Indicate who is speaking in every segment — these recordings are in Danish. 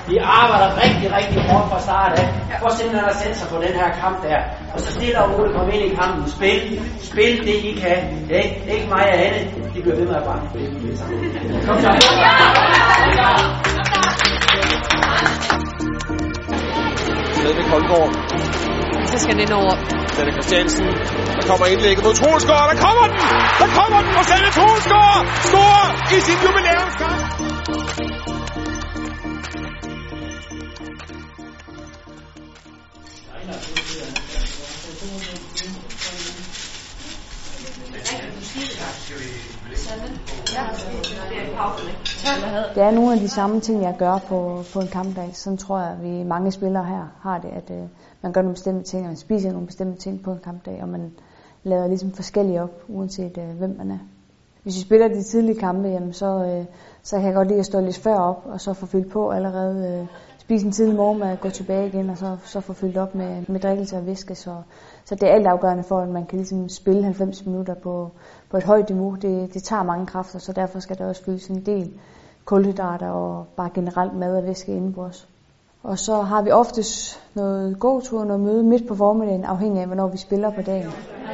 Speaker 1: Vi arbejder rigtig hårdt fra start af. For simpelthen at sætte sig på den her kamp der. Og så stille og roligt komme ind i kampen. Spil det I kan. Ikke mig og Anne. De bliver ved med at banke. Kom så.
Speaker 2: Stadigvæk Holmgaard.
Speaker 3: Så skal den over.
Speaker 2: Sanne Christiansen. Der kommer indlægget mod Troelsgaard. Der kommer den! Og Sanne Troelsgaard scorer i sin jubilæumskamp.
Speaker 4: Det er nogle af de samme ting, jeg gør på en kampdag. Sådan tror jeg, at vi mange spillere her har det, at man gør nogle bestemte ting, og man spiser nogle bestemte ting på en kampdag, og man lader ligesom forskellige op, uanset hvem man er. Hvis vi spiller de tidlige kampe, jamen, så kan jeg godt lide at stå lidt før op, og så få fyldt på allerede, spise en tidlig morgen med at gå tilbage igen, og så få fyldt op med drikkelse og væske. Så det er altafgørende for, at man kan ligesom spille 90 minutter på et højt niveau. Det tager mange kræfter, så derfor skal der også fyldes en del kulhydrater og bare generelt mad og væske indenbords. Og så har vi oftest noget gåtur, noget møde midt på formiddagen, afhængig af, hvornår vi spiller på dagen.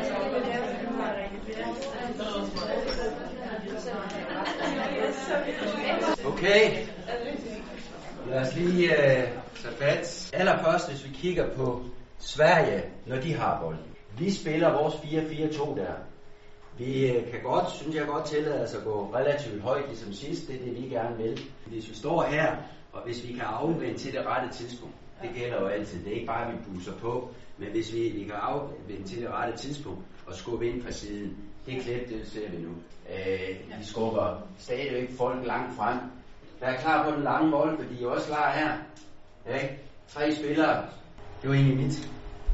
Speaker 5: Okay, lad os lige tage fat. Allerførst, hvis vi kigger på Sverige, når de har bolden. Vi spiller vores 4-4-2 der. Vi kan godt, synes jeg godt, tillade os at gå relativt højt ligesom sidst. Det er det, vi gerne vil. Hvis vi står her, og hvis vi kan afvende til det rette tidspunkt. Det gælder jo altid. Det er ikke bare, at vi buser på. Men hvis vi kan afvende til det rette tidspunkt og skubbe ind fra siden. Det klip, det ser vi nu. Vi skubber stadigvæk folk langt frem. Der er klar på den lange bold, for de er også klar her. Okay? 3 spillere. Det var egentlig mit.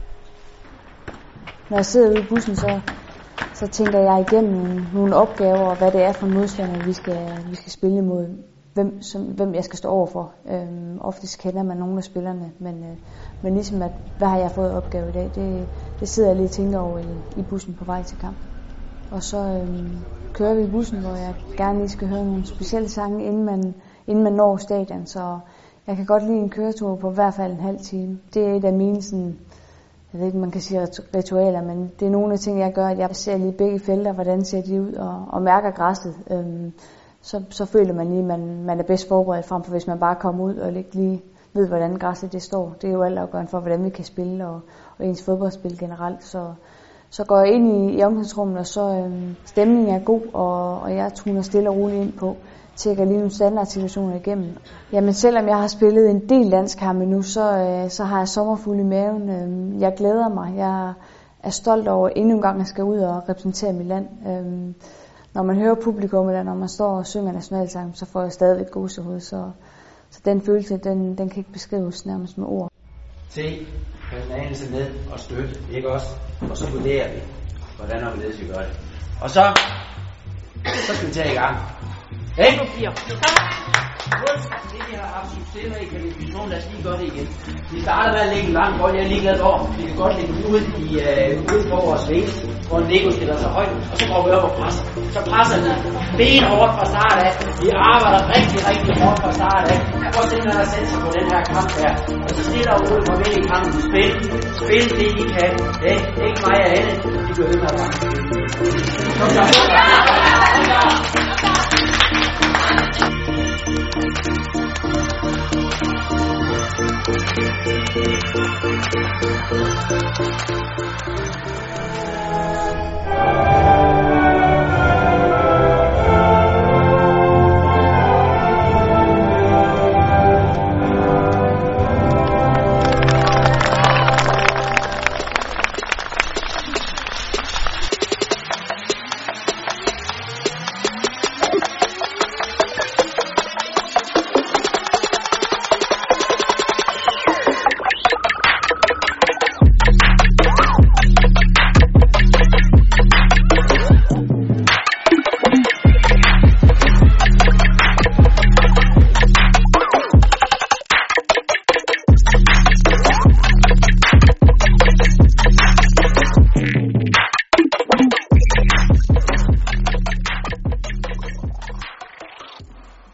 Speaker 4: Når jeg sidder ude i bussen, så tænker jeg igennem nogle opgaver, og hvad det er for modstandere, vi skal spille imod. Hvem jeg skal stå overfor. Oftest kender man nogle af spillerne, men ligesom at, hvad har jeg fået opgave i dag, det sidder jeg lige og tænker over i bussen på vej til kamp. Og så kører vi i bussen, hvor jeg gerne lige skal høre nogle specielle sange, inden man når stadion. Så jeg kan godt lide en køretur på i hvert fald en halv time. Det er et af mine, sådan, jeg ved ikke, man kan sige ritualer, men det er nogle af de ting, jeg gør, at jeg ser lige begge felter, hvordan ser de ud, og mærker græsset. Så føler man lige, at man er bedst forberedt frem for, hvis man bare kommer ud og ikke lige ved, hvordan græsset det står. Det er jo altafgørende for, hvordan vi kan spille, og ens fodboldspil generelt. Så går jeg ind i omklædningsrummet, og så stemningen er god, og jeg tuner stille og roligt ind på. Tjekker lige nogle standardsituationer igennem. Jamen selvom jeg har spillet en del landskampe nu, så har jeg sommerfuld i maven. Jeg glæder mig. Jeg er stolt over endnu en gang at skal ud og repræsentere mit land. Når man hører publikum, eller når man står og synger nationalsang, så får jeg stadigvæk gåsehud. Så den følelse, den kan ikke beskrives nærmest med ord.
Speaker 5: Se personalelse ned og støtte, ikke også? Og så vurderer vi, hvordan og hvorledes vi gør det. Og så skal vi tage i gang. Hey! Det vi har haft succes med i kvalifikation, lad os lige gøre det igen. Vi starter med at lægge en lang bold, jeg er ligeglad over. Vi kan godt lægge den ud for vores vægt, hvor Nico stiller sig højt, og så går vi op og presser. Så presser vi benhårdt fra start af. Vi arbejder rigtig hårdt fra start af. Prøv simpelthen at sætte sig på den her kamp her. Og så stille og roligt komme ind i kampen. Spil det I kan. Ikke mig og Anne. De bliver ved med at banke. Kom så.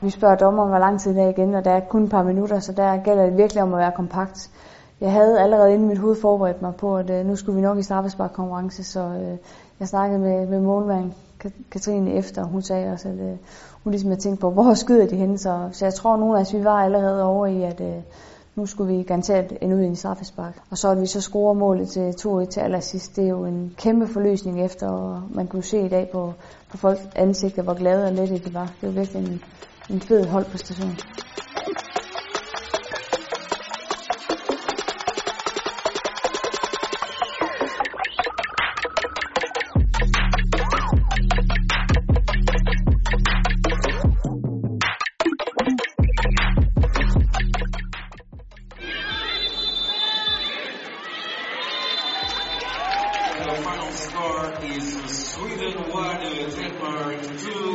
Speaker 4: Vi spørger dommeren, hvor lang tid det er igen, og der er kun et par minutter, så der gælder det virkelig om at være kompakt. Jeg havde allerede inde i mit hoved forberedt mig på, at nu skulle vi nok i straffesparkkonkurrence, så jeg snakkede med målmanden Katrine efter, og hun sagde også, at hun ligesom havde tænkt på, hvor skyder de henne, så jeg tror, at nogle af os, vi var allerede over i, at nu skulle vi garanteret ende ud i en straffespark. Og så at vi så scorer målet til 2-1 til allersidst, det er jo en kæmpe forløsning efter, og man kunne se i dag på folks ansigter, hvor glade og lette de var. Det var virkelig en fed holdpræstation.
Speaker 6: The final score is Sweden 1, Denmark 2.